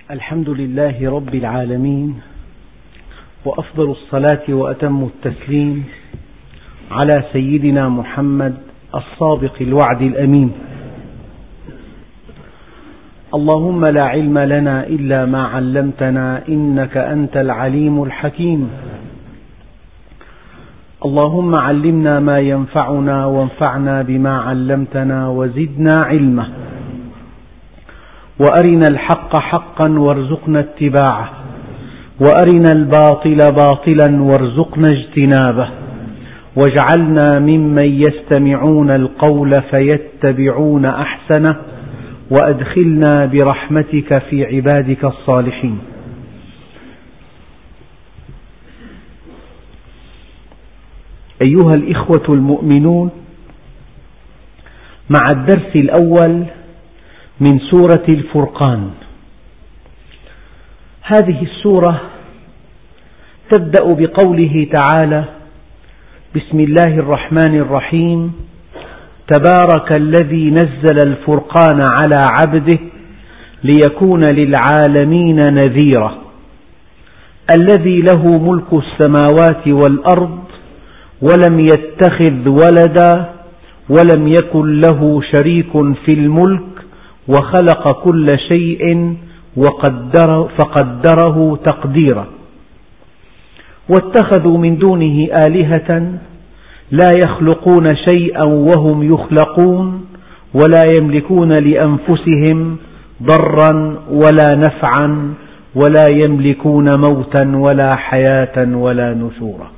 الحمد لله رب العالمين، وأفضل الصلاة وأتم التسليم على سيدنا محمد الصادق الوعد الأمين. اللهم لا علم لنا إلا ما علمتنا إنك أنت العليم الحكيم. اللهم علمنا ما ينفعنا وانفعنا بما علمتنا وزدنا علما، وأرنا الحق حقا وارزقنا اتباعه، وأرنا الباطل باطلا وارزقنا اجتنابه، واجعلنا ممن يستمعون القول فيتبعون أحسنه، وأدخلنا برحمتك في عبادك الصالحين. أيها الإخوة المؤمنون، مع الدرس الأول من سورة الفرقان. هذه السورة تبدأ بقوله تعالى: بسم الله الرحمن الرحيم، تبارك الذي نزل الفرقان على عبده ليكون للعالمين نذيرا، الذي له ملك السماوات والأرض ولم يتخذ ولدا ولم يكن له شريك في الملك وخلق كل شيء فقدره تقديرا. واتخذوا من دونه آلهة لا يخلقون شيئا وهم يخلقون ولا يملكون لأنفسهم ضرا ولا نفعا ولا يملكون موتا ولا حياة ولا نشورا.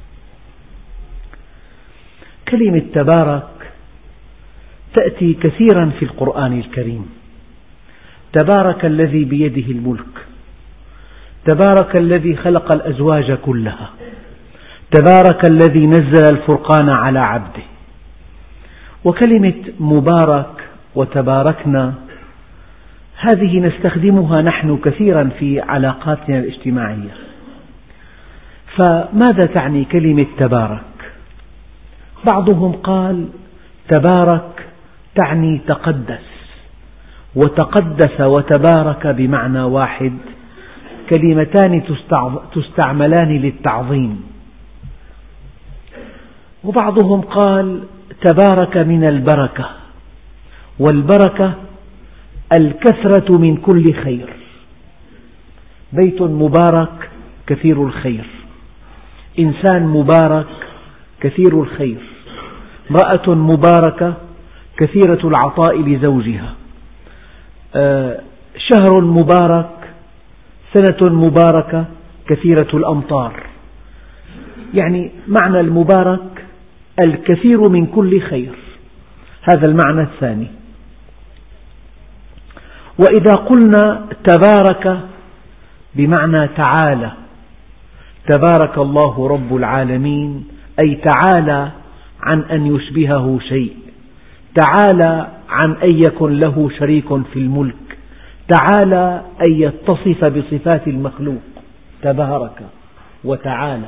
كلمة تبارك تأتي كثيرا في القرآن الكريم. تبارك الذي بيده الملك، تبارك الذي خلق الأزواج كلها، تبارك الذي نزل الفرقان على عبده. وكلمة مبارك وتباركنا هذه نستخدمها نحن كثيرا في علاقاتنا الاجتماعية. فماذا تعني كلمة تبارك؟ بعضهم قال تبارك تعني تقدس، وتقدس وتبارك بمعنى واحد، كلمتان تستعملان للتعظيم. وبعضهم قال تبارك من البركة، والبركة الكثرة من كل خير. بيت مبارك كثير الخير، إنسان مبارك كثير الخير، امرأة مباركة كثيرة العطاء لزوجها، شهر مبارك، سنة مباركة كثيرة الأمطار. يعني معنى المبارك الكثير من كل خير، هذا المعنى الثاني. وإذا قلنا تبارك بمعنى تعالى، تبارك الله رب العالمين، أي تعالى عن أن يشبهه شيء، تعالى عن أن يكن له شريك في الملك، تعالى أن يتصف بصفات المخلوق، تبارك وتعالى.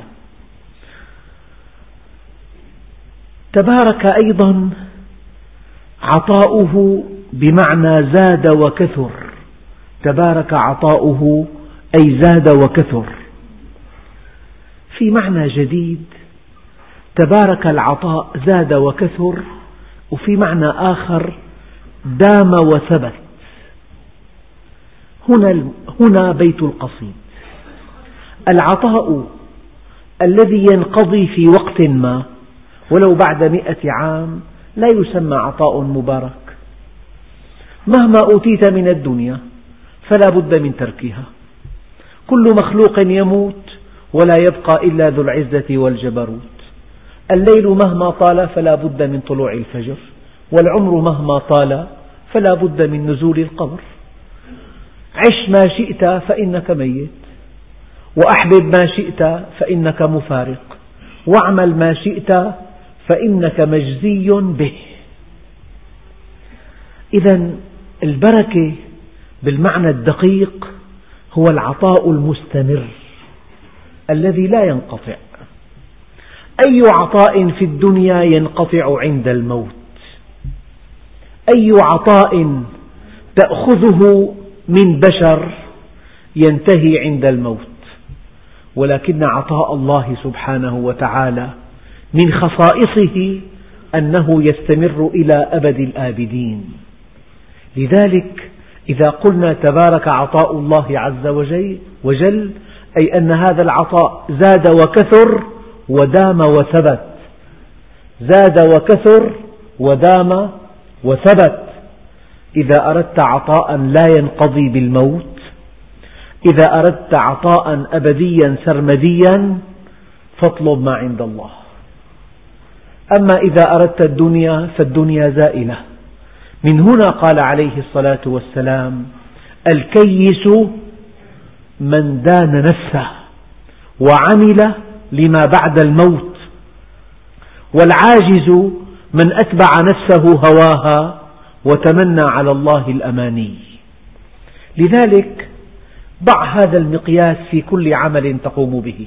تبارك أيضا عطاؤه بمعنى زاد وكثر، تبارك عطاؤه أي زاد وكثر. في معنى جديد، تبارك العطاء زاد وكثر، وفي معنى آخر دام وثبت. هنا بيت القصيد. العطاء الذي ينقضي في وقت ما ولو بعد 100 عام لا يسمى عطاء مبارك. مهما أوتيت من الدنيا فلا بد من تركها. كل مخلوق يموت ولا يبقى إلا ذو العزة والجبروت. الليل مهما طال فلا بد من طلوع الفجر، والعمر مهما طال فلا بد من نزول القبر. عش ما شئت فإنك ميت، وأحبب ما شئت فإنك مفارق، واعمل ما شئت فإنك مجزي به. إذن البركة بالمعنى الدقيق هو العطاء المستمر الذي لا ينقطع. أي عطاء في الدنيا ينقطع عند الموت؟ أي عطاء تأخذه من بشر ينتهي عند الموت، ولكن عطاء الله سبحانه وتعالى من خصائصه أنه يستمر إلى أبد الآبدين. لذلك إذا قلنا تبارك عطاء الله عز وجل، أي أن هذا العطاء زاد وكثر ودام وثبت، زاد وكثر ودام وثبت. إذا أردت عطاء لا ينقضي بالموت، إذا أردت عطاء أبديا سرمديا، فاطلب ما عند الله. أما إذا أردت الدنيا فالدنيا زائلة. من هنا قال عليه الصلاة والسلام: الكيس من دان نفسه وعمل لما بعد الموت، والعاجز من أتبع نفسه هواها وتمنى على الله الأماني. لذلك ضع هذا المقياس في كل عمل تقوم به.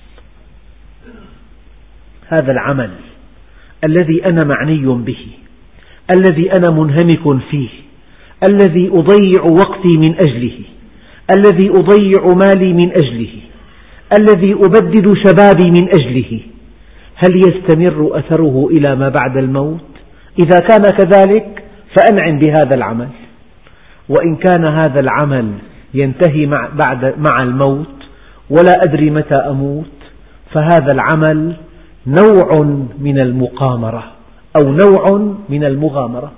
هذا العمل الذي أنا معني به، الذي أنا منهمك فيه، الذي أضيع وقتي من أجله، الذي أضيع مالي من أجله، الذي أبدد شبابي من أجله، هل يستمر أثره إلى ما بعد الموت؟ إذا كان كذلك فأنعم بهذا العمل. وإن كان هذا العمل ينتهي مع الموت ولا أدري متى أموت، فهذا العمل نوع من المقامرة أو نوع من المغامرة.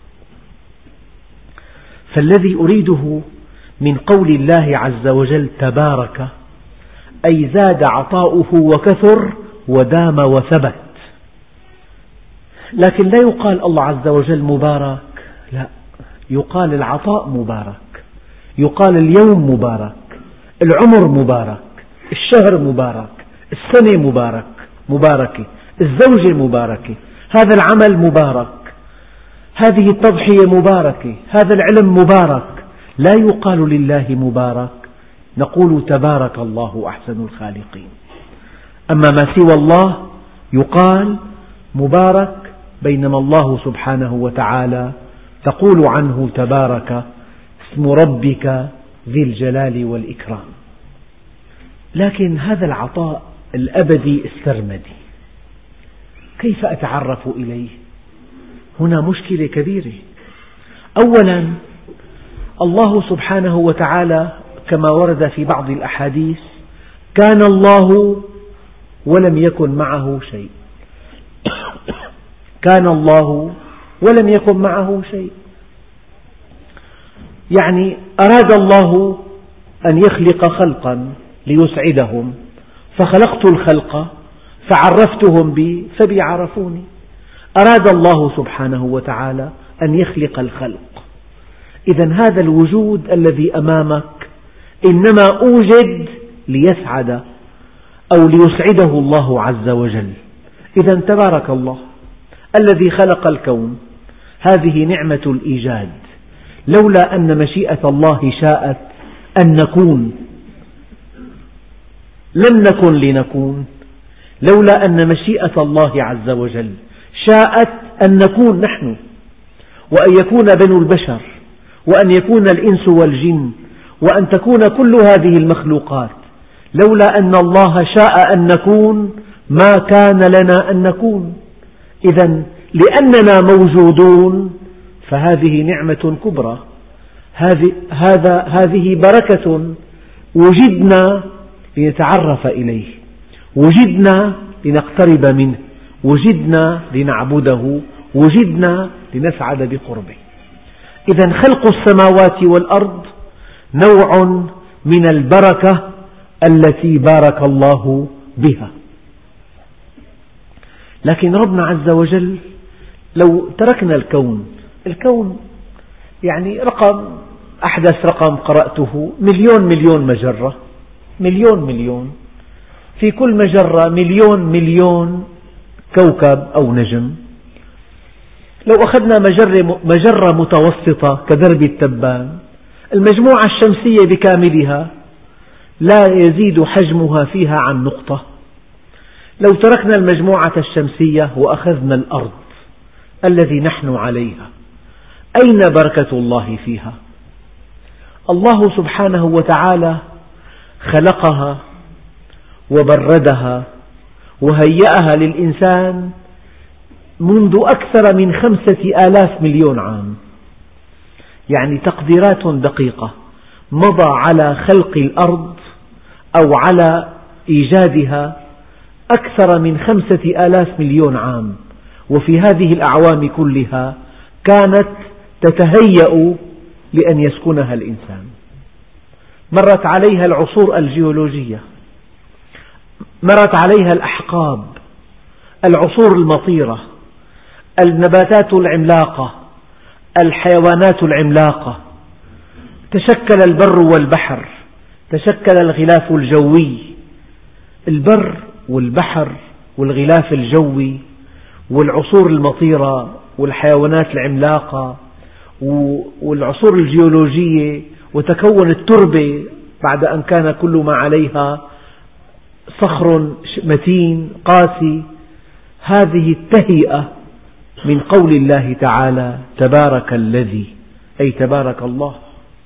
فالذي أريده من قول الله عز وجل تبارك، أي زاد عطاؤه وكثر ودام وثبت. لكن لا يقال الله عز وجل مبارك، لا، يقال العطاء مبارك، يقال اليوم مبارك، العمر مبارك، الشهر مبارك، السنة مباركة، الزوجة مباركة، هذا العمل مبارك، هذه التضحية مباركة، هذا العلم مبارك. لا يقال لله مبارك، نقول تبارك الله أحسن الخالقين. أما ما سوى الله يقال مبارك، بينما الله سبحانه وتعالى تقول عنه تبارك اسم ربك ذي الجلال والإكرام. لكن هذا العطاء الأبدي السرمدي كيف أتعرف إليه؟ هنا مشكلة كبيرة. أولا، الله سبحانه وتعالى كما ورد في بعض الأحاديث: كان الله ولم يكن معه شيء. كان الله ولم يكن معه شيء، يعني أراد الله أن يخلق خلقا ليسعدهم، فخلقت الخلق فعرفتهم بي فبي عرفوني. أراد الله سبحانه وتعالى أن يخلق الخلق. إذن هذا الوجود الذي أمامك إنما أوجد ليسعد أو ليسعده الله عز وجل. إذن تبارك الله الذي خلق الكون، هذه نعمة الإيجاد. لولا أن مشيئة الله شاءت أن نكون لم نكن لنكون، لولا أن مشيئة الله عز وجل شاءت أن نكون نحن، وأن يكون بنو البشر، وأن يكون الإنس والجن، وأن تكون كل هذه المخلوقات، لولا أن الله شاء أن نكون ما كان لنا أن نكون. إذن لأننا موجودون فهذه نعمة كبرى، هذه بركة وجدنا لنتعرف إليه، وجدنا لنقترب منه، وجدنا لنعبده، وجدنا لنسعد بقربه. إذن خلق السماوات والأرض نوع من البركة التي بارك الله بها. لكن ربنا عز وجل لو تركنا الكون يعني أحدث رقم قرأته 1,000,000,000 مجرة، 1,000,000,000، في كل مجرة 1,000,000,000 كوكب أو نجم. لو أخذنا مجرة متوسطة كدرب التبان، المجموعة الشمسية بكاملها لا يزيد حجمها فيها عن نقطة. لو تركنا المجموعة الشمسية وأخذنا الأرض الذي نحن عليها، أين بركة الله فيها؟ الله سبحانه وتعالى خلقها وبردها وهيأها للإنسان منذ أكثر من 5,000 مليون عام، يعني تقديرات دقيقة. مضى على خلق الأرض أو على إيجادها أكثر من 5,000 مليون عام، وفي هذه الأعوام كلها كانت تتهيأ لأن يسكنها الإنسان. مرت عليها العصور الجيولوجية، مرت عليها الأحقاب، العصور المطيرة، النباتات العملاقة، الحيوانات العملاقة، تشكل البر والبحر، تشكل الغلاف الجوي. البر والبحر والغلاف الجوي والعصور المطيرة والحيوانات العملاقة والعصور الجيولوجية وتكون التربة بعد أن كان كل ما عليها صخر متين قاسي. هذه التهيئة من قول الله تعالى تبارك الذي، أي تبارك الله.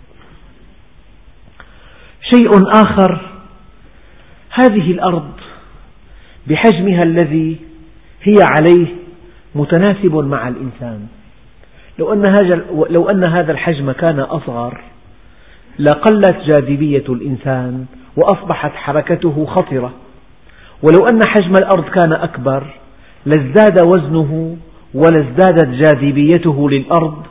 شيء آخر، هذه الأرض بحجمها الذي هي عليه متناسب مع الإنسان. لو أن هذا الحجم كان أصغر لقلت جاذبية الإنسان وأصبحت حركته خطرة، ولو أن حجم الأرض كان أكبر لازداد وزنه ولازدادت جاذبيته للأرض،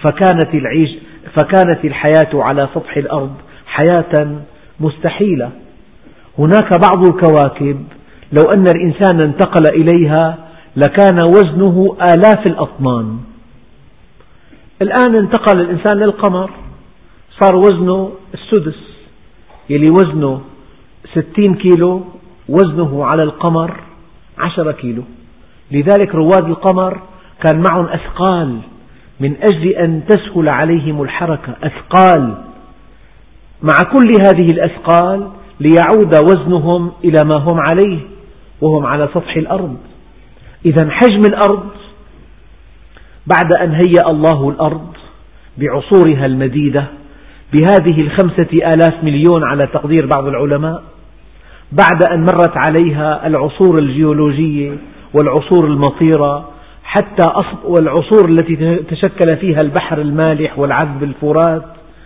فكانت الحياة على سطح الأرض حياة مستحيلة. هناك بعض الكواكب لو أن الإنسان انتقل إليها لكان وزنه آلاف الأطنان. الآن انتقل الإنسان للقمر، صار وزنه السدس، يلي وزنه 60 كيلو وزنه على القمر 10 كيلو. لذلك رواد القمر كان معهم أثقال من أجل أن تسهل عليهم الحركة، أثقال مع كل هذه الأثقال ليعود وزنهم إلى ما هم عليه وهم على سطح الأرض. إذا حجم الأرض بعد أن هيأ الله الأرض بعصورها المديدة بهذه 5,000 مليون على تقدير بعض العلماء، بعد أن مرت عليها العصور الجيولوجية والعصور المطيرة والعصور التي تشكل فيها البحر المالح والعذب الفرات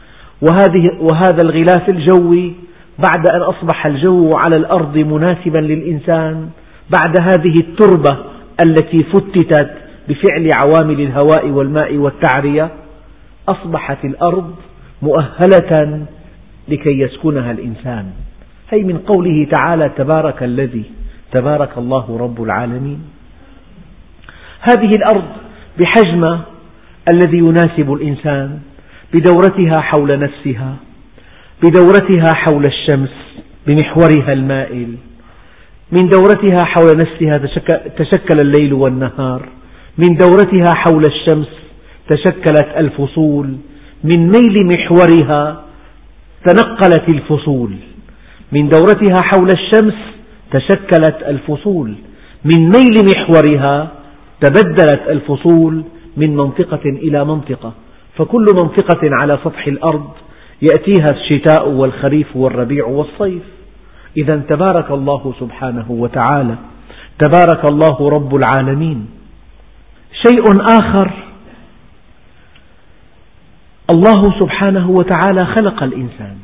وهذا الغلاف الجوي، بعد أن أصبح الجو على الأرض مناسبا للإنسان، بعد هذه التربة التي فتتت بفعل عوامل الهواء والماء والتعرية، أصبحت الأرض مؤهلة لكي يسكنها الإنسان. هي من قوله تعالى تبارك الذي، تبارك الله رب العالمين. هذه الأرض بحجم الذي يناسب الإنسان، بدورتها حول نفسها، بدورتها حول الشمس بمحورها المائل، من دورتها حول نفسها تشكل الليل والنهار، من دورتها حول الشمس تشكلت الفصول، من ميل محورها تنقلت الفصول، من دورتها حول الشمس تشكلت الفصول، من ميل محورها تبدلت الفصول من منطقة إلى منطقة، فكل منطقة على سطح الأرض يأتيها الشتاء والخريف والربيع والصيف. إذا تبارك الله سبحانه وتعالى، تبارك الله رب العالمين. شيء آخر، الله سبحانه وتعالى خلق الإنسان.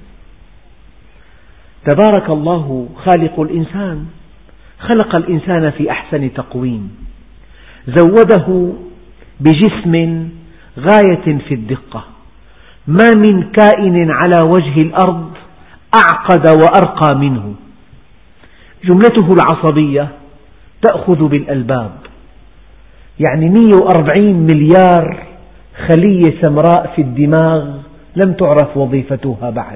تبارك الله خالق الإنسان، خلق الإنسان في أحسن تقويم، زوده بجسم غاية في الدقة، ما من كائن على وجه الأرض أعقد وأرقى منه. جملته العصبية تأخذ بالألباب، يعني 140 مليار خلية سمراء في الدماغ لم تعرف وظيفتها بعد،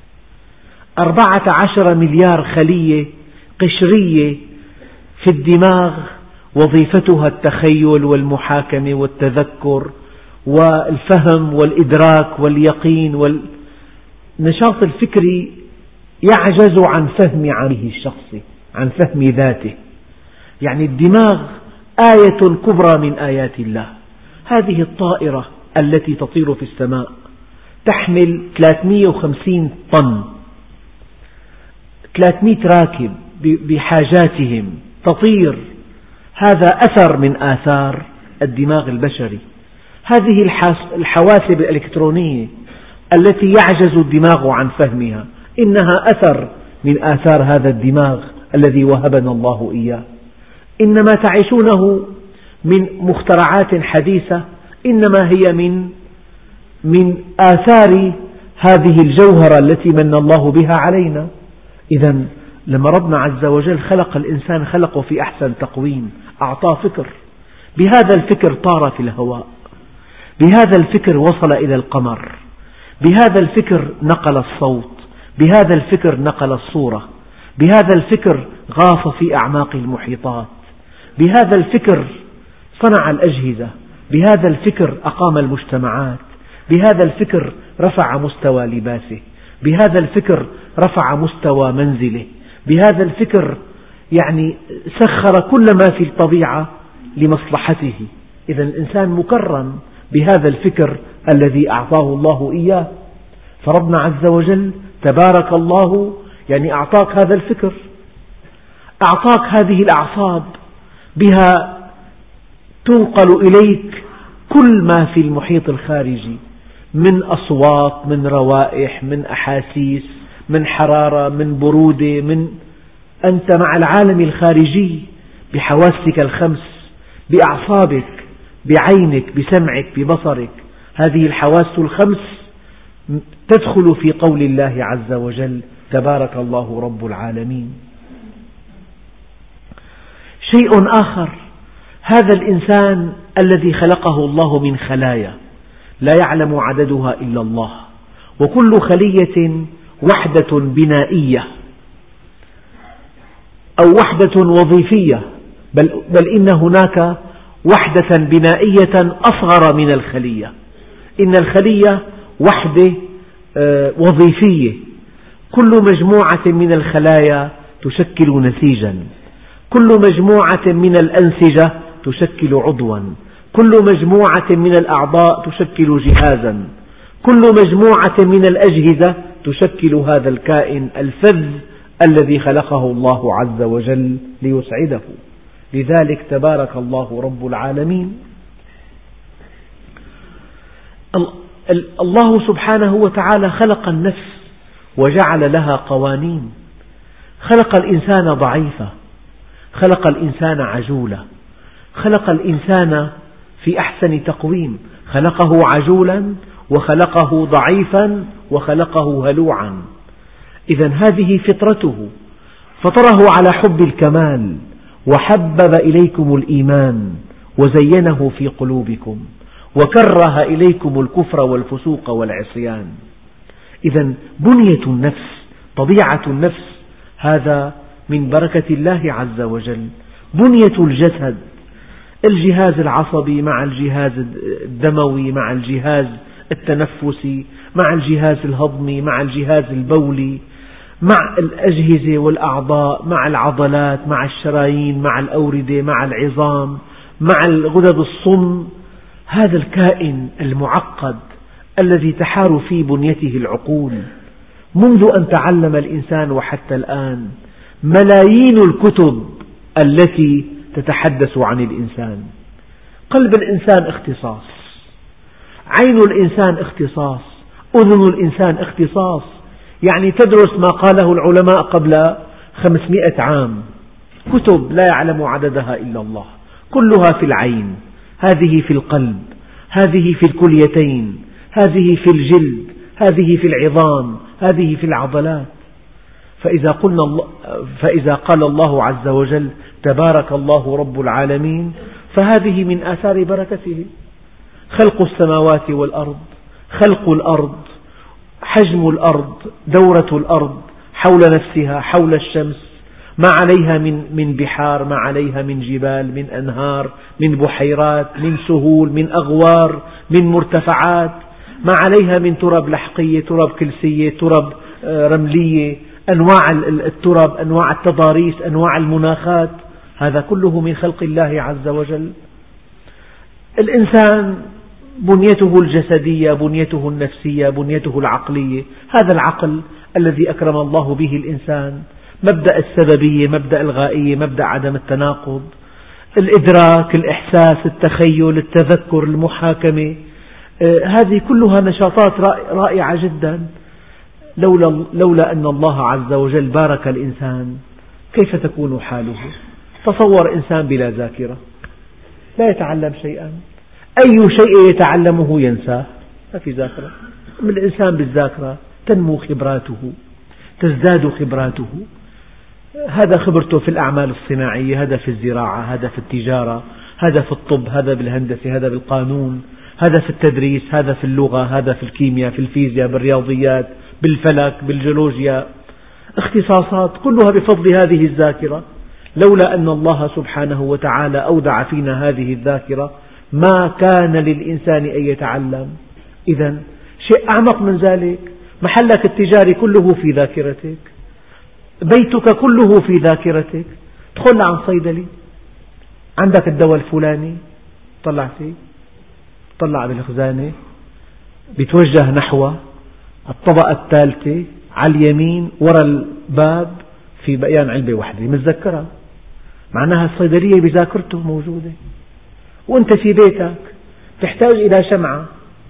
14 مليار خلية قشرية في الدماغ وظيفتها التخيل والمحاكمة والتذكر والفهم والإدراك واليقين والنشاط الفكري، يعجز عن فهم عقله الشخصي، عن فهم ذاته. يعني الدماغ آية كبرى من آيات الله. هذه الطائرة التي تطير في السماء تحمل 350 طن، 300 راكب بحاجاتهم تطير. هذا أثر من آثار الدماغ البشري. هذه الحواسب الإلكترونية التي يعجز الدماغ عن فهمها، إنها أثر من آثار هذا الدماغ الذي وهبنا الله إياه. إن ما تعيشونه من مخترعات حديثة إنما هي من آثار هذه الجوهرة التي من الله بها علينا. إذا لما ربنا عز وجل خلق الإنسان خلقه في أحسن تقويم، أعطاه فكر، بهذا الفكر طار في الهواء، بهذا الفكر وصل إلى القمر، بهذا الفكر نقل الصوت، بهذا الفكر نقل الصورة، بهذا الفكر غاص في أعماق المحيطات، بهذا الفكر صنع الأجهزة، بهذا الفكر أقام المجتمعات، بهذا الفكر رفع مستوى لباسه، بهذا الفكر رفع مستوى منزله، بهذا الفكر سخر كل ما في الطبيعة لمصلحته. إذا الإنسان مكرم بهذا الفكر الذي أعطاه الله إياه. فربنا عز وجل تبارك الله أعطاك هذا الفكر، أعطاك هذه الأعصاب بها تنقل إليك كل ما في المحيط الخارجي من أصوات، من روائح، من أحاسيس، من حرارة، من برودة، أنت مع العالم الخارجي بحواسك الخمس، بأعصابك، بعينك، بسمعك، ببصرك. هذه الحواس الخمس تدخل في قول الله عز وجل تبارك الله رب العالمين. شيء آخر، هذا الإنسان الذي خلقه الله من خلايا لا يعلم عددها إلا الله، وكل خلية وحدة بنائية أو وحدة وظيفية، بل إن هناك وحدة بنائية أصغر من الخلية. إن الخلية وحدة وظيفية، كل مجموعة من الخلايا تشكل نسيجا، كل مجموعة من الأنسجة تشكل عضوا، كل مجموعة من الأعضاء تشكل جهازا، كل مجموعة من الأجهزة تشكل هذا الكائن الفذ الذي خلقه الله عز وجل ليسعده. لذلك تبارك الله رب العالمين. الله سبحانه وتعالى خلق النفس وجعل لها قوانين. خلق الإنسان ضعيفا، خلق الإنسان عجولا، خلق الإنسان في أحسن تقويم، خلقه عجولا وخلقه ضعيفا وخلقه هلوعا. إذا هذه فطرته، فطره على حب الكمال، وحبب إليكم الإيمان وزينه في قلوبكم وكره إليكم الكفر والفسوق والعصيان. إذا بنية النفس، طبيعة النفس، هذا من بركة الله عز وجل. بنية الجسد، الجهاز العصبي مع الجهاز الدموي مع الجهاز التنفسي مع الجهاز الهضمي مع الجهاز البولي، مع الأجهزة والأعضاء، مع العضلات، مع الشرايين، مع الأوردة، مع العظام، مع الغدد الصم. هذا الكائن المعقد الذي تحار في بنيته العقول منذ أن تعلم الإنسان وحتى الآن، ملايين الكتب التي تتحدث عن الإنسان. قلب الإنسان اختصاص، عين الإنسان اختصاص، أذن الإنسان اختصاص، تدرس ما قاله العلماء قبل 500 عام، كتب لا يعلم عددها إلا الله، كلها في العين، هذه في القلب، هذه في الكليتين، هذه في الجلد، هذه في العظام، هذه في العضلات. فإذا قال الله عز وجل تبارك الله رب العالمين، فهذه من آثار بركته. خلق السماوات والأرض، خلق الأرض، حجم الأرض، دورة الأرض حول نفسها، حول الشمس، ما عليها من بحار، ما عليها من جبال، من أنهار، من بحيرات، من سهول، من أغوار، من مرتفعات، ما عليها من تراب لحقية، تراب كلسية، تراب رملية، أنواع التراب، أنواع التضاريس، أنواع المناخات، هذا كله من خلق الله عز وجل. الإنسان بنيته الجسدية، بنيته النفسية، بنيته العقلية. هذا العقل الذي أكرم الله به الإنسان، مبدأ السببية، مبدأ الغائية، مبدأ عدم التناقض، الإدراك، الإحساس، التخيل، التذكر، المحاكمة، هذه كلها نشاطات رائعة جدا. لولا أن الله عز وجل بارك الإنسان كيف تكون حاله؟ تصور إنسان بلا ذاكرة، لا يتعلم شيئا، أي شيء يتعلمه ينساه، ما في ذاكرة. أما الإنسان بالذاكرة تنمو خبراته، تزداد خبراته. هذا خبرته في الأعمال الصناعية، هذا في الزراعة، هذا في التجارة، هذا في الطب، هذا بالهندسة، هذا بالقانون، هذا في التدريس، هذا في اللغة، هذا في الكيمياء، في الفيزياء، بالرياضيات، بالفلك، بالجيولوجيا، اختصاصات كلها بفضل هذه الذاكرة. لولا أن الله سبحانه وتعالى أودع فينا هذه الذاكرة ما كان للإنسان أن يتعلم. إذن شيء أعمق من ذلك، محلك التجاري كله في ذاكرتك، بيتك كله في ذاكرتك. تدخل عن صيدلي، عندك الدواء الفلاني، طلع فيه، طلع بالخزانة، بيتوجه نحو الطبقة الثالثة على اليمين وراء الباب في بقيان علبة واحدة متذكرة، معناها الصيدلية بذاكرته موجودة. وأنت في بيتك تحتاج إلى شمعة،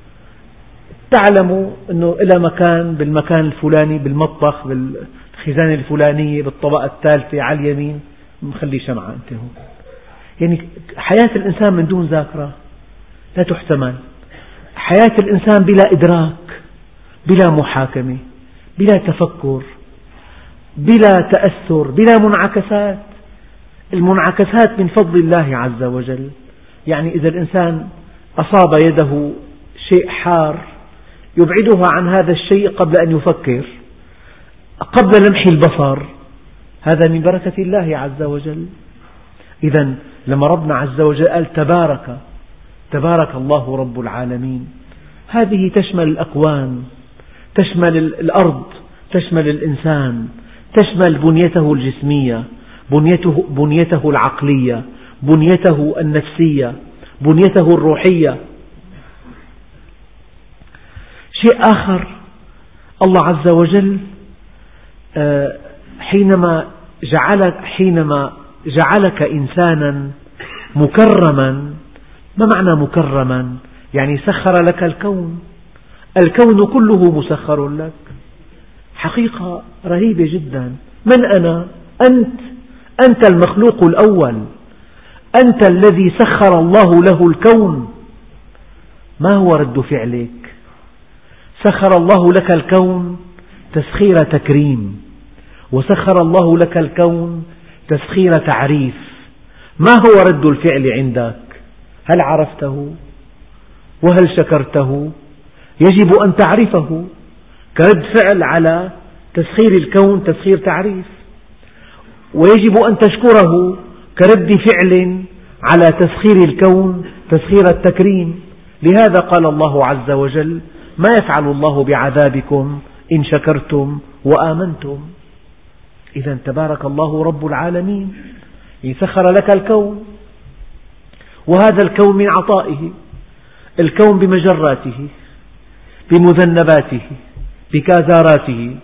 تعلم أنه إلى مكان بالمكان الفلاني، بالمطبخ، بالخزانة الفلانية، بالطبقة الثالثة على اليمين، مخلي شمعة أنت هون. يعني حياة الإنسان من دون ذاكرة لا تحتمل. حياة الإنسان بلا إدراك، بلا محاكمة، بلا تفكر، بلا تأثر، بلا منعكسات. المنعكسات من فضل الله عز وجل. يعني إذا الإنسان أصاب يده شيء حار يبعدها عن هذا الشيء قبل أن يفكر، قبل لمح البصر، هذا من بركة الله عز وجل. إذا لما ربنا عز وجل قال تبارك الله رب العالمين، هذه تشمل الأكوان، تشمل الأرض، تشمل الإنسان، تشمل بنيته الجسمية، بنيته العقلية، بنيته النفسية، بنيته الروحية. شيء آخر، الله عز وجل حينما جعلك إنسانا مكرما. ما معنى مكرما؟ يعني سخر لك الكون، الكون كله مسخر لك. حقيقة رهيبة جدا. من أنا؟ أنت المخلوق الأول، أنت الذي سخر الله له الكون. ما هو رد فعلك؟ سخر الله لك الكون تسخير تكريم، وسخر الله لك الكون تسخير تعريف. ما هو رد الفعل عندك؟ هل عرفته؟ وهل شكرته؟ يجب أن تعرفه كرد فعل على تسخير الكون تسخير تعريف، ويجب أن تشكره كرد فعل على تسخير الكون تسخير التكريم. لهذا قال الله عز وجل: ما يفعل الله بعذابكم إن شكرتم وآمنتم. إذا تبارك الله رب العالمين، سخر لك الكون، وهذا الكون من عطائه. الكون بمجراته، بمذنباته، بكازاراته،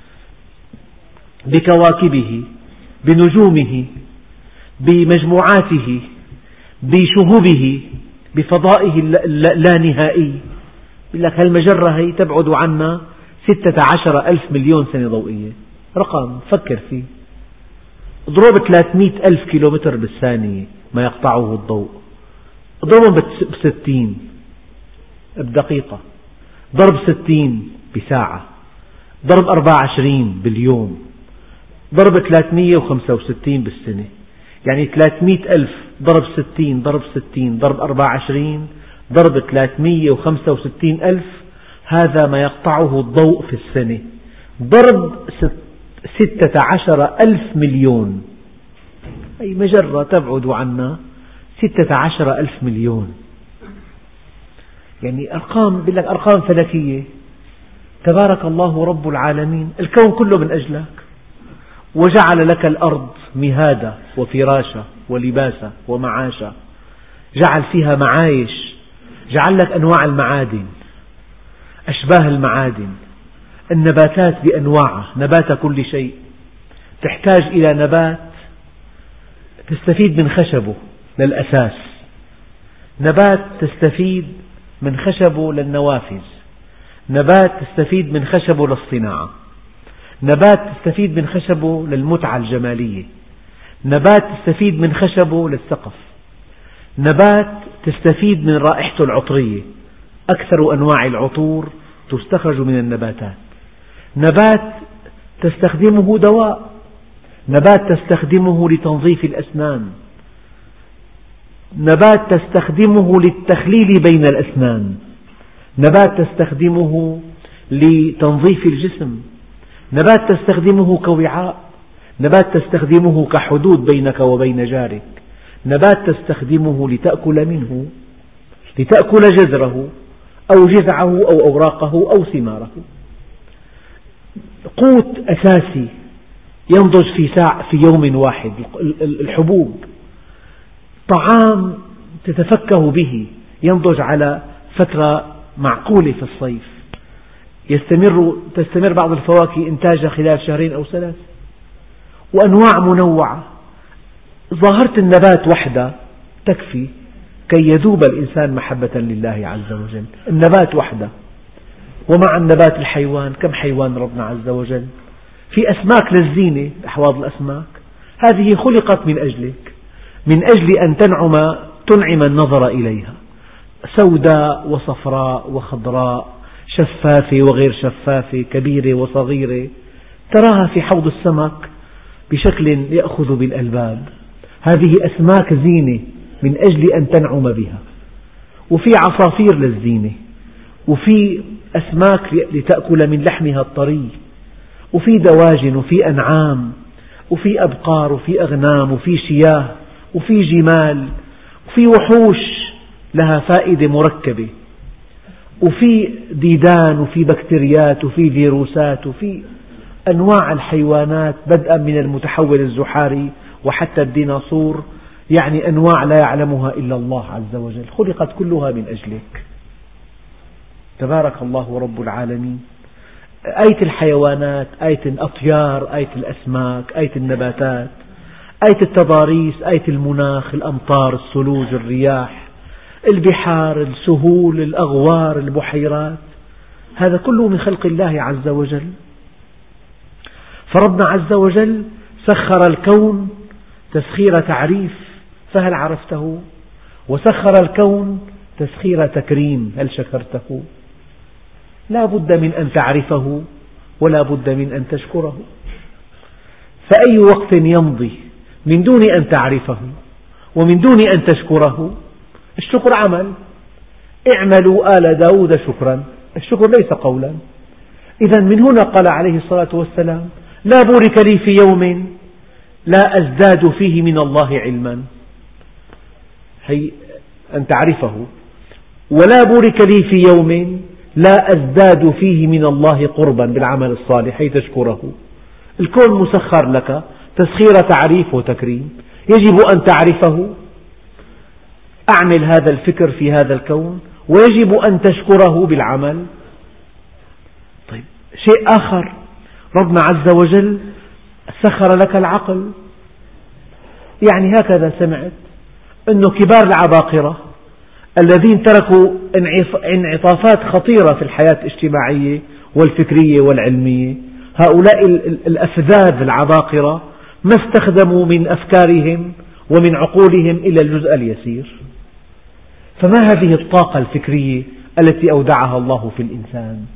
بكواكبه، بنجومه، بمجموعاته، بشهبه، بفضائه اللانهائي. يقول لك هالمجرة هي تبعد عنا 16 ألف مليون سنة ضوئية. رقم فكر فيه، اضرب 300 ألف كيلومتر بالثانية ما يقطعه الضوء، اضربهم ب60 بدقيقة، ضرب 60 بساعة، ضرب 24 باليوم، ضرب 365 بالسنة. يعني 300 ألف ضرب 60 ضرب 60 ضرب 24 ضرب 365 ألف، هذا ما يقطعه الضوء في السنة، ضرب 16 ألف مليون. أي مجرة تبعد عنا 16 ألف مليون. يعني أرقام فلكية. تبارك الله رب العالمين، الكون كله من أجلك. وجعل لك الأرض مهادا وفراشا ولباسا ومعاشا، جعل فيها معايش، جعل لك أنواع المعادن، أشباه المعادن، النباتات بأنواعها، نبات كل شيء، تحتاج إلى نبات تستفيد من خشبه للأساس، نبات تستفيد من خشبه للنوافذ، نبات تستفيد من خشبه للصناعة، نبات تستفيد من خشبه للمتعة الجمالية، نبات تستفيد من خشبه للسقف، نبات تستفيد من رائحته العطرية، أكثر أنواع العطور تستخرج من النباتات، نبات تستخدمه دواء، نبات تستخدمه لتنظيف الأسنان، نبات تستخدمه للتخليل بين الأسنان، نبات تستخدمه لتنظيف الجسم، نبات تستخدمه كوعاء، نبات تستخدمه كحدود بينك وبين جارك، نبات تستخدمه لتأكل منه، لتأكل جذره أو جذعه أو أوراقه أو ثماره. قوت أساسي ينضج في يوم واحد، الحبوب، طعام تتفكه به ينضج على فترة معقولة في الصيف، تستمر بعض الفواكه إنتاجها خلال 2 أو 3 وأنواع منوعة. ظاهرة النبات وحدها تكفي كي يذوب الإنسان محبة لله عز وجل، النبات وحده. ومع النبات الحيوان، كم حيوان ربنا عز وجل، في أسماك للزينة، أحواض الأسماك هذه خلقت من أجلك، من أجل أن تنعم النظر إليها، سوداء وصفراء وخضراء، شفافة وغير شفافة، كبيرة وصغيرة، تراها في حوض السمك بشكل يأخذ بالألباب. هذه أسماك زينة من أجل أن تنعم بها، وفي عصافير للزينة، وفي أسماك لتأكل من لحمها الطري، وفي دواجن وفي أنعام وفي أبقار وفي أغنام وفي شياه وفي جمال وفي وحوش لها فائدة مركبة، وفي ديدان وفي بكتيريات وفي فيروسات وفي أنواع الحيوانات بدءا من المتحول الزحاري وحتى الديناصور، يعني أنواع لا يعلمها إلا الله عز وجل، خلقت كلها من أجلك. تبارك الله رب العالمين. آية الحيوانات، آية الأطيار، آية الأسماك، آية النباتات، آية التضاريس، آية المناخ، الأمطار، الثلوج، الرياح، البحار، السهول، الأغوار، البحيرات، هذا كله من خلق الله عز وجل. فربنا عز وجل سخر الكون تسخير تعريف، فهل عرفته؟ وسخر الكون تسخير تكريم، هل شكرته؟ لا بد من أن تعرفه ولا بد من أن تشكره. فأي وقت يمضي من دون أن تعرفه ومن دون أن تشكره؟ الشكر عمل، اعملوا آل داود شكرا، الشكر ليس قولا. إذا من هنا قال عليه الصلاة والسلام: لا بورك لي في يوم لا أزداد فيه من الله علما، هي أن تعرفه، ولا بورك لي في يوم لا أزداد فيه من الله قربا بالعمل الصالح، هي تشكره. الكون مسخر لك تسخير تعريف وتكريم، يجب أن تعرفه، أعمل هذا الفكر في هذا الكون، ويجب أن تشكره بالعمل. طيب، شيء آخر، ربنا عز وجل سخر لك العقل، يعني هكذا سمعت أنه كبار العباقرة الذين تركوا انعطافات خطيرة في الحياة الاجتماعية والفكرية والعلمية، هؤلاء الأفذاذ العباقرة ما استخدموا من أفكارهم ومن عقولهم إلا الجزء اليسير. فما هذه الطاقة الفكرية التي أودعها الله في الإنسان؟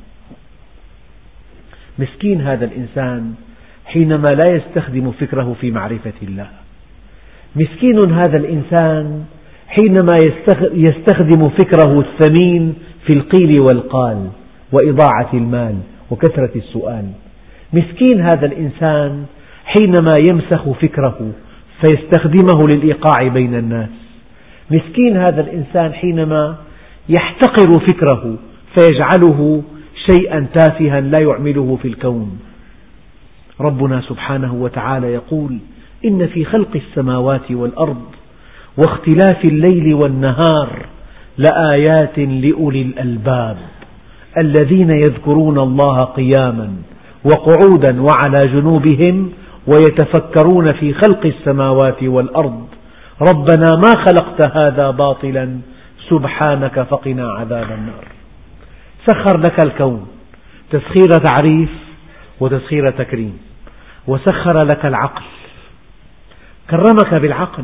مسكين هذا الإنسان حينما لا يستخدم فكره في معرفة الله، مسكين هذا الإنسان حينما يستخدم فكره الثمين في القيل والقال وإضاعة المال وكثرة السؤال، مسكين هذا الإنسان حينما يمسخ فكره فيستخدمه للإيقاع بين الناس، مسكين هذا الإنسان حينما يحتقر فكره فيجعله شيئا تافها لا يعمله في الكون. ربنا سبحانه وتعالى يقول: إن في خلق السماوات والأرض واختلاف الليل والنهار لآيات لأولي الألباب الذين يذكرون الله قياما وقعودا وعلى جنوبهم ويتفكرون في خلق السماوات والأرض ربنا ما خلقت هذا باطلا سبحانك فقنا عذاب النار. سخر لك الكون تسخير تعريف وتسخير تكريم، وسخر لك العقل، كرمك بالعقل.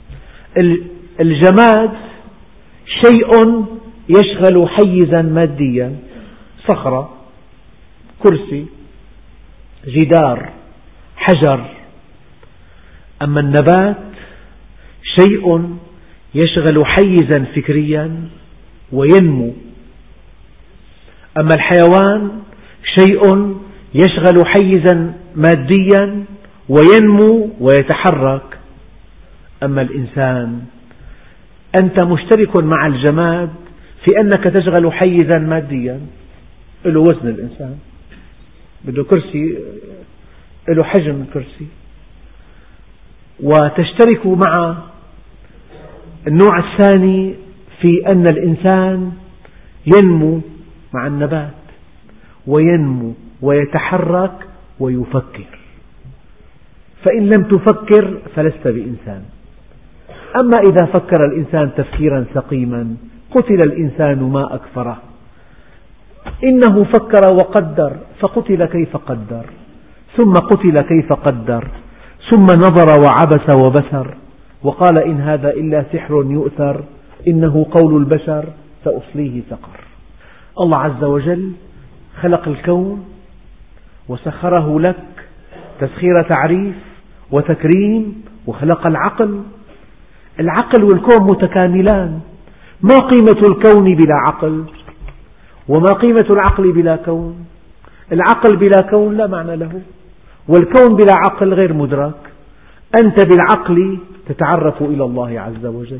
الجماد شيء يشغل حيزا ماديا، صخرة، كرسي، جدار، حجر. أما النبات شيء يشغل حيزا فكريا وينمو. أما الحيوان شيء يشغل حيزا ماديا وينمو ويتحرك. أما الإنسان أنت مشترك مع الجماد في أنك تشغل حيزا ماديا، له وزن الإنسان، بده كرسي له حجم الكرسي، وتشترك مع النوع الثاني في أن الإنسان ينمو مع النبات، وينمو ويتحرك ويفكر. فإن لم تفكر فلست بإنسان. أما إذا فكر الإنسان تفكيرا سقيما قتل الإنسان ما أكفره. إنه فكر وقدر فقتل كيف قدر، ثم قتل كيف قدر، ثم نظر وعبس وبسر وقال إن هذا إلا سحر يؤثر، إنه قول البشر سأصليه سقر. الله عز وجل خلق الكون وسخره لك تسخير تعريف وتكريم، وخلق العقل. العقل والكون متكاملان. ما قيمة الكون بلا عقل؟ وما قيمة العقل بلا كون؟ العقل بلا كون لا معنى له، والكون بلا عقل غير مدرك. أنت بالعقل تتعرف إلى الله عز وجل.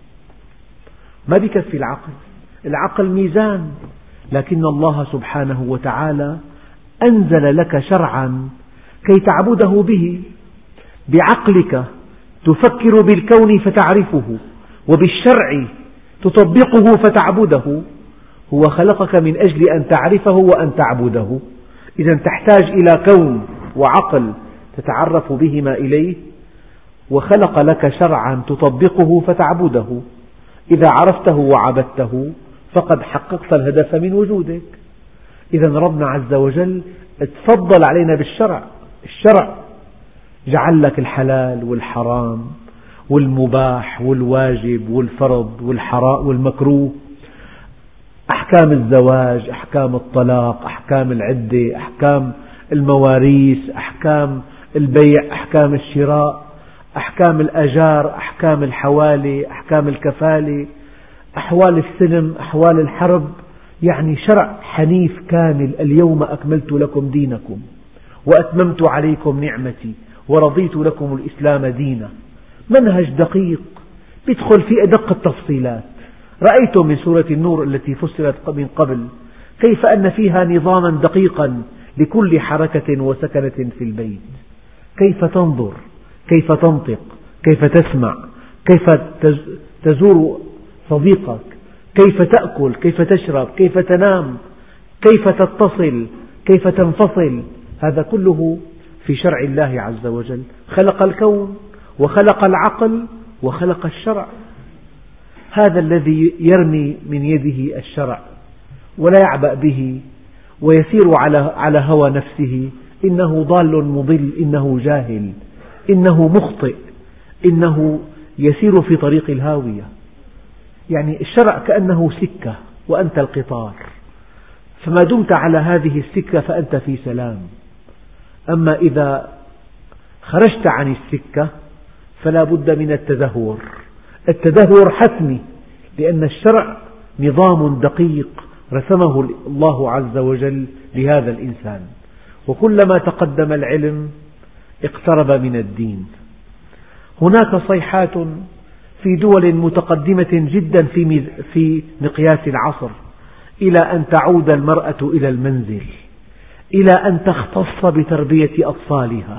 ما بكفي العقل، العقل ميزان، لكن الله سبحانه وتعالى أنزل لك شرعا كي تعبده به. بعقلك تفكر بالكون فتعرفه، وبالشرع تطبقه فتعبده. هو خلقك من أجل أن تعرفه وأن تعبده. إذا تحتاج إلى كون وعقل تتعرف بهما إليه، وخلق لك شرعا تطبقه فتعبده. إذا عرفته وعبدته فقد حققت الهدف من وجودك. إذا ربنا عز وجل تفضل علينا بالشرع. الشرع جعل لك الحلال والحرام والمباح والواجب والفرض والمكروه، أحكام الزواج، أحكام الطلاق، أحكام العدة، أحكام المواريث، أحكام البيع، أحكام الشراء، أحكام الأجار، أحكام الحوالي، أحكام الكفالة، أحوال السلم، أحوال الحرب. يعني شرع حنيف كامل. اليوم أكملت لكم دينكم وأتممت عليكم نعمتي ورضيت لكم الإسلام دينا. منهج دقيق يدخل في أدق التفصيلات. رأيتم من سورة النور التي فسرت من قبل كيف أن فيها نظاما دقيقا لكل حركة وسكنة في البيت. كيف تنظر، كيف تنطق، كيف تسمع، كيف تزور صديقك، كيف تأكل، كيف تشرب، كيف تنام، كيف تتصل، كيف تنفصل. هذا كله في شرع الله عز وجل. خلق الكون وخلق العقل وخلق الشرع. هذا الذي يرمي من يده الشرع ولا يعبأ به ويسير على هوى نفسه إنه ضال مضل، إنه جاهل، إنه مخطئ، إنه يسير في طريق الهاوية. يعني الشرع كأنه سكة وأنت القطار، فما دمت على هذه السكة فأنت في سلام. أما إذا خرجت عن السكة فلا بد من التدهور. التدهور حتمي، لأن الشرع نظام دقيق رسمه الله عز وجل لهذا الإنسان. وكلما تقدم العلم اقترب من الدين. هناك صيحات في دول متقدمة جدا في مقياس العصر إلى أن تعود المرأة إلى المنزل، إلى أن تختص بتربية أطفالها.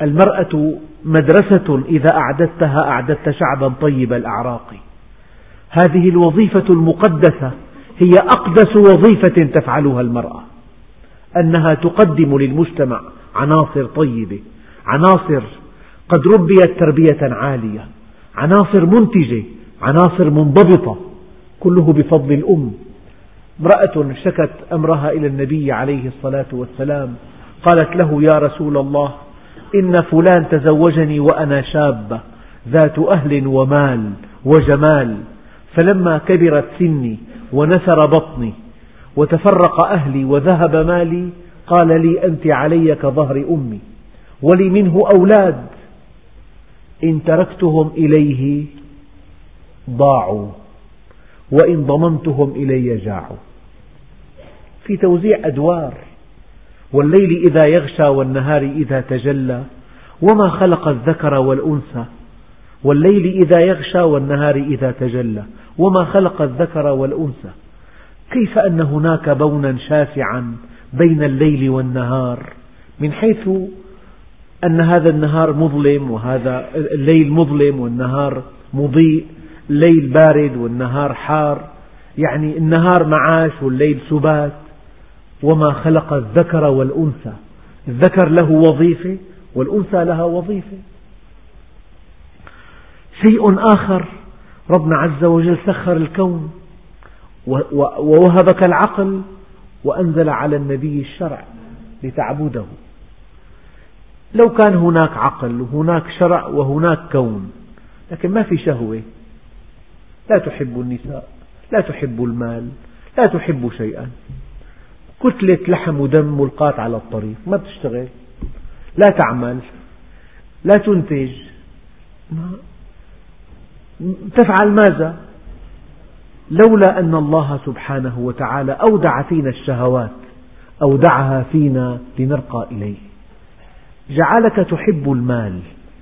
المرأة مدرسة إذا أعددتها أعددت شعبا طيب الأعراق. هذه الوظيفة المقدسة هي أقدس وظيفة تفعلها المرأة، أنها تقدم للمجتمع عناصر طيبة، عناصر قد ربيت تربية عالية، عناصر منتجة، عناصر منضبطة، كله بفضل الأم. امرأة شكت أمرها إلى النبي عليه الصلاة والسلام، قالت له: يا رسول الله، إن فلان تزوجني وأنا شابة ذات أهل ومال وجمال، فلما كبرت سني ونثر بطني وتفرق أهلي وذهب مالي قال لي: أنت علي كظهر أمي، ولي منه أولاد، إن تركتهم إليه ضاعوا، وإن ضممتهم إلي جاعوا. في توزيع أدوار. والليل إذا يغشى والنهار إذا تجلى وما خلق الذكر والأنثى، والليل إذا يغشى والنهار إذا تجلى وما خلق الذكر والأنثى، كيف أن هناك بونا شاسعا بين الليل والنهار، من حيث أن هذا النهار مظلم وهذا الليل مظلم والنهار مضيء، الليل بارد والنهار حار، يعني النهار معاش والليل سبات. وما خلق الذكر والأنثى، الذكر له وظيفة والأنثى لها وظيفة. شيء آخر، ربنا عز وجل سخر الكون ووهبك العقل وأنزل على النبي الشرع لتعبده. لو كان هناك عقل وهناك شرع وهناك كون، لكن ما في شهوة، لا تحب النساء، لا تحب المال، لا تحب شيئا، كتلة لحم ودم ملقاة على الطريق، ما بتشتغل، لا تعمل، لا تنتج، تفعل ماذا؟ لولا أن الله سبحانه وتعالى أودع فينا الشهوات، أودعها فينا لنرقى إليه، جعلك تحب المال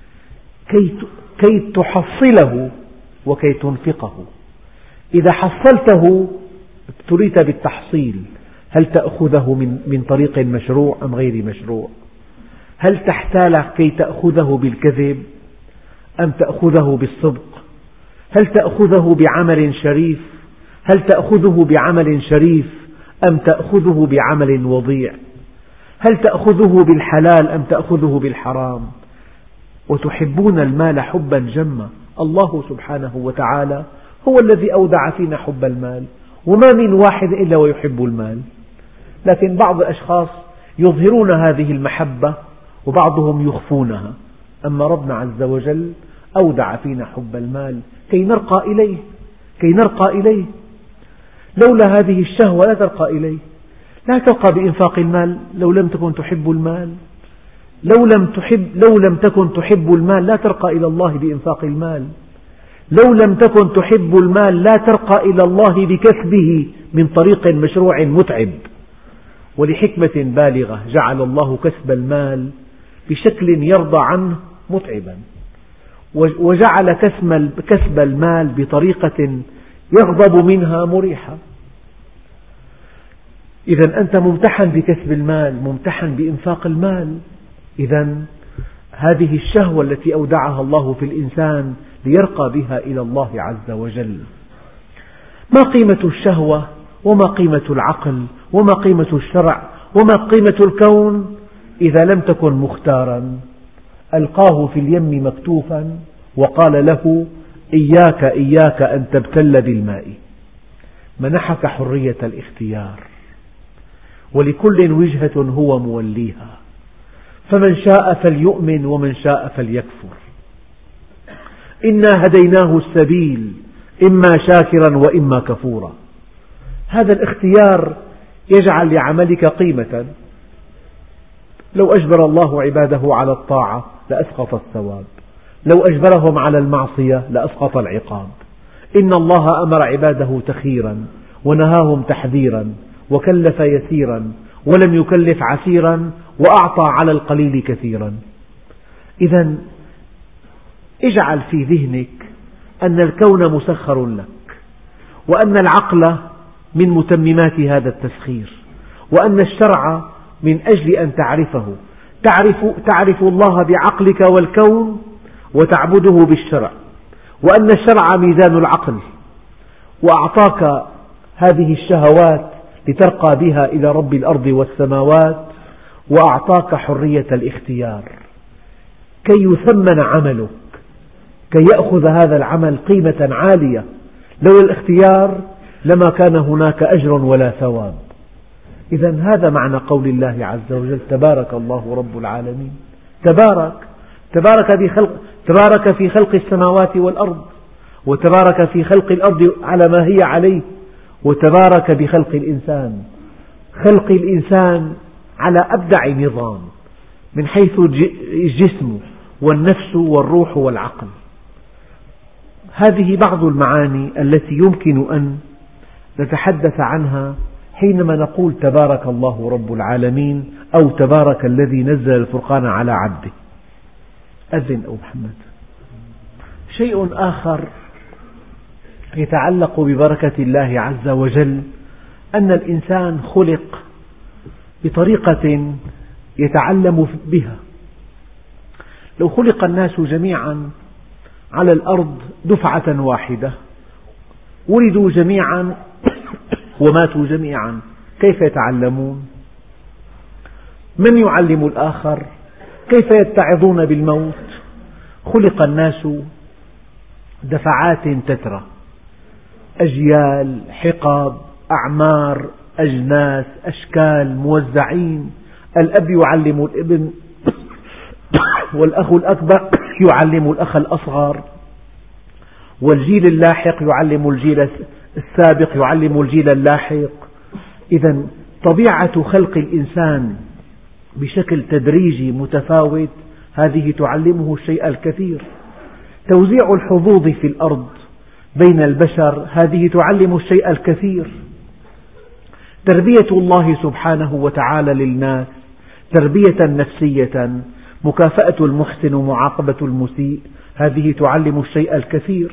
كي تحصله وكي تنفقه. إذا حصلته ابتليت بالتحصيل، هل تأخذه من طريق مشروع أم غير مشروع؟ هل تحتال كي تأخذه بالكذب أم تأخذه بالصدق؟ هل تأخذه بعمل شريف؟ هل تأخذه بعمل شريف أم تأخذه بعمل وضيع؟ هل تأخذه بالحلال أم تأخذه بالحرام؟ وتحبون المال حبا جما. الله سبحانه وتعالى هو الذي أودع فينا حب المال، وما من واحد إلا ويحب المال، لكن بعض الأشخاص يظهرون هذه المحبة وبعضهم يخفونها. أما ربنا عز وجل أودع فينا حب المال كي نرقى إليه، كي نرقى إليه. لولا هذه الشهوة لا ترقى إليه، لا ترقى بإنفاق المال لو لم تكن تحب المال، لو لم تكن تحب المال لا ترقى إلى الله بإنفاق المال، لو لم تكن تحب المال لا ترقى إلى الله بكسبه من طريق مشروع متعب. ولحكمة بالغة جعل الله كسب المال بشكل يرضى عنه متعبا، وجعل كسب المال بطريقة يغضب منها مريحة. إذا أنت ممتحن بكسب المال، ممتحن بإنفاق المال. إذا هذه الشهوة التي أودعها الله في الإنسان ليرقى بها إلى الله عز وجل. ما قيمة الشهوة وما قيمة العقل وما قيمة الشرع وما قيمة الكون إذا لم تكن مختارا؟ ألقاه في اليم مكتوفا وقال له: إياك إياك أن تبتل بالماء. منحك حرية الاختيار، ولكل وجهة هو موليها، فمن شاء فليؤمن ومن شاء فليكفر. إنا هديناه السبيل إما شاكرا وإما كفورا. هذا الاختيار يجعل لعملك قيمة. لو أجبر الله عباده على الطاعة لأسقط الثواب، لو أجبرهم على المعصية لأسقط العقاب. إن الله أمر عباده تخيرا ونهاهم تحذيرا، وكلف يسيرا ولم يكلف عسيرا، وأعطى على القليل كثيرا. إذا اجعل في ذهنك أن الكون مسخر لك، وأن العقل من متممات هذا التسخير، وأن الشرع من أجل أن تعرفه تعرف الله بعقلك والكون وتعبده بالشرع، وأن الشرع ميزان العقل، وأعطاك هذه الشهوات لترقى بها إلى رب الأرض والسماوات، وأعطاك حرية الاختيار كي يثمن عملك، كي يأخذ هذا العمل قيمة عالية. لولا الاختيار لما كان هناك أجر ولا ثواب. إذا هذا معنى قول الله عز وجل: تبارك الله رب العالمين. تبارك في خلق السماوات والأرض، وتبارك في خلق الأرض على ما هي عليه، وتبارك بخلق الإنسان، خلق الإنسان على أبدع نظام من حيث الجسم والنفس والروح والعقل. هذه بعض المعاني التي يمكن أن نتحدث عنها حينما نقول تبارك الله رب العالمين، أو تبارك الذي نزل الفرقان على عبده. أذن أبو محمد. شيء آخر يتعلق ببركة الله عز وجل، أن الإنسان خلق بطريقة يتعلم بها. لو خلق الناس جميعا على الأرض دفعة واحدة، ولدوا جميعا وماتوا جميعا، كيف يتعلمون؟ من يعلم الآخر؟ كيف يتعظون بالموت؟ خلق الناس دفعات تترى، أجيال، حقب، أعمار، أجناس، أشكال، موزعين. الأب يعلم الابن، والأخ الأكبر يعلم الأخ الأصغر، والجيل اللاحق يعلم الجيل السابق يعلم الجيل اللاحق. إذا طبيعة خلق الإنسان بشكل تدريجي متفاوت هذه تعلمه الشيء الكثير. توزيع الحظوظ في الأرض بين البشر هذه تعلم الشيء الكثير. تربية الله سبحانه وتعالى للناس تربية نفسية، مكافأة المحسن ومعاقبة المسيء، هذه تعلم الشيء الكثير.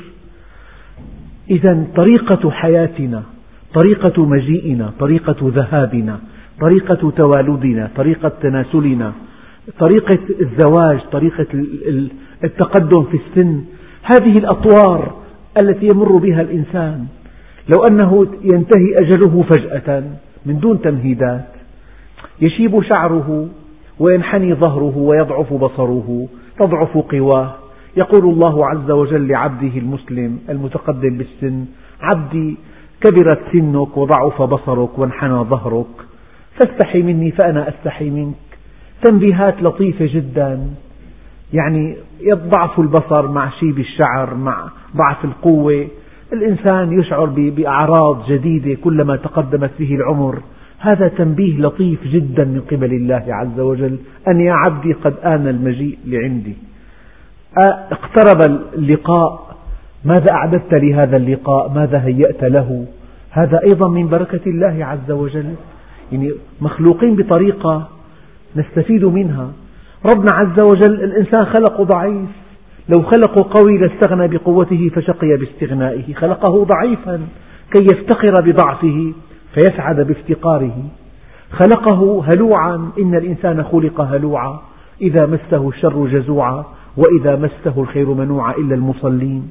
إذا طريقة حياتنا، طريقة مجيئنا، طريقة ذهابنا، طريقة توالدنا، طريقة تناسلنا، طريقة الزواج، طريقة التقدم في السن، هذه الأطوار التي يمر بها الإنسان. لو أنه ينتهي أجله فجأة من دون تمهيدات، يشيب شعره وينحني ظهره ويضعف بصره، تضعف قواه. يقول الله عز وجل لعبده المسلم المتقدم بالسن: عبدي كبرت سنك وضعف بصرك وانحنى ظهرك، فاستحي مني فأنا أستحي منك. تنبيهات لطيفة جدا، يعني ضعف البصر مع شيب الشعر مع ضعف القوة، الإنسان يشعر بأعراض جديدة كلما تقدمت به العمر. هذا تنبيه لطيف جدا من قبل الله عز وجل، أن يا عبدي قد آن المجيء لعندي. اقترب اللقاء، ماذا أعددت لهذا اللقاء؟ ماذا هيأت له؟ هذا أيضا من بركة الله عز وجل. يعني مخلوقين بطريقة نستفيد منها. ربنا عز وجل الإنسان خلقه ضعيف، لو خلقه قوي لاستغنى بقوته فشقي باستغنائه. خلقه ضعيفا كي يفتقر بضعفه فيسعد بافتقاره. خلقه هلوعا، إن الإنسان خلق هلوعا، إذا مسه الشر جزوعا وإذا مسه الخير منوعا إلا المصلين.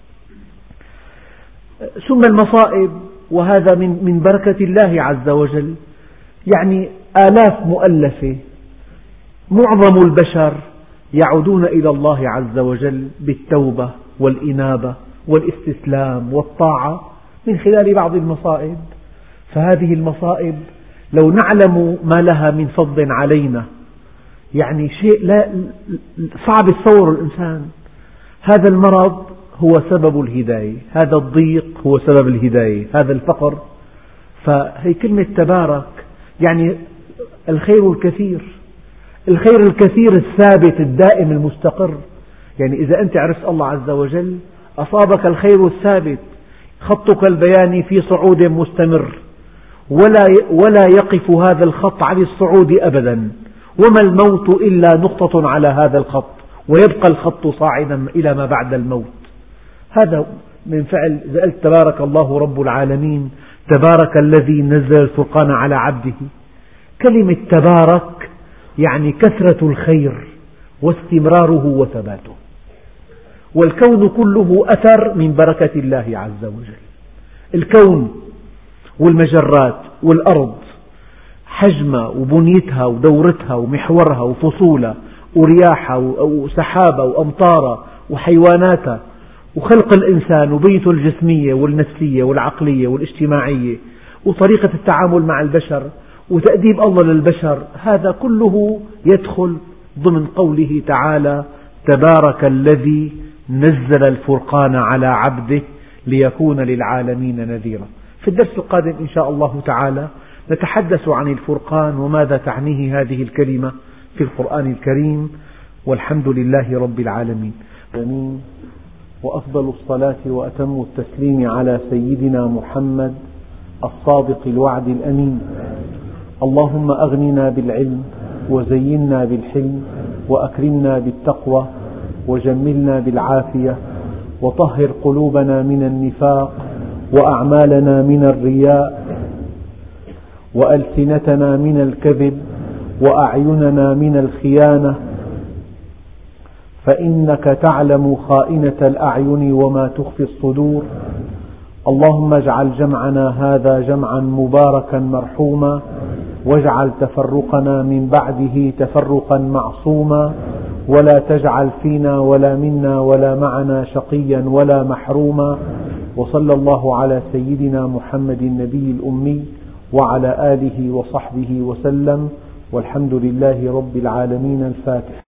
ثم المصائب، وهذا من بركة الله عز وجل. يعني آلاف مؤلفة، معظم البشر يعودون إلى الله عز وجل بالتوبة والإنابة والاستسلام والطاعة من خلال بعض المصائب. فهذه المصائب لو نعلم ما لها من فضل علينا، يعني شيء صعب يتصور الإنسان. هذا المرض هو سبب الهداية، هذا الضيق هو سبب الهداية، هذا الفقر. فهي كلمة تبارك يعني الخير الكثير، الخير الكثير الثابت الدائم المستقر. يعني إذا أنت عرفت الله عز وجل أصابك الخير الثابت، خطك البياني في صعود مستمر، ولا يقف هذا الخط عن الصعود أبدا، وما الموت إلا نقطة على هذا الخط، ويبقى الخط صاعدا إلى ما بعد الموت. هذا من فعل إذا قلت تبارك الله رب العالمين، تبارك الذي نزل الفرقان على عبده. كلمة تبارك يعني كثرة الخير واستمراره وثباته، والكون كله أثر من بركة الله عز وجل. الكون والمجرات والأرض حجمها وبنيتها ودورتها ومحورها وفصولها ورياحها وسحابها وأمطارها وحيواناتها وخلق الإنسان وبيئته الجسمية والنفسية والعقلية والاجتماعية وطريقة التعامل مع البشر وتأديب الله للبشر، هذا كله يدخل ضمن قوله تعالى: تبارك الذي نزل الفرقان على عبده ليكون للعالمين نذيرا. في الدرس القادم إن شاء الله تعالى نتحدث عن الفرقان وماذا تعنيه هذه الكلمة في القرآن الكريم، والحمد لله رب العالمين. وأفضل الصلاة وأتم التسليم على سيدنا محمد الصادق الوعد الأمين. اللهم أغننا بالعلم وزينا بالحلم وأكرمنا بالتقوى وجملنا بالعافية، وطهر قلوبنا من النفاق وأعمالنا من الرياء وألسنتنا من الكذب وأعيننا من الخيانة، فإنك تعلم خائنة الأعين وما تخفي الصدور. اللهم اجعل جمعنا هذا جمعا مباركا مرحوما، واجعل تفرقنا من بعده تفرقا معصوما، ولا تجعل فينا ولا منا ولا معنا شقيا ولا محروما. وصلى الله على سيدنا محمد النبي الأمي وعلى آله وصحبه وسلم، والحمد لله رب العالمين. الفاتحة.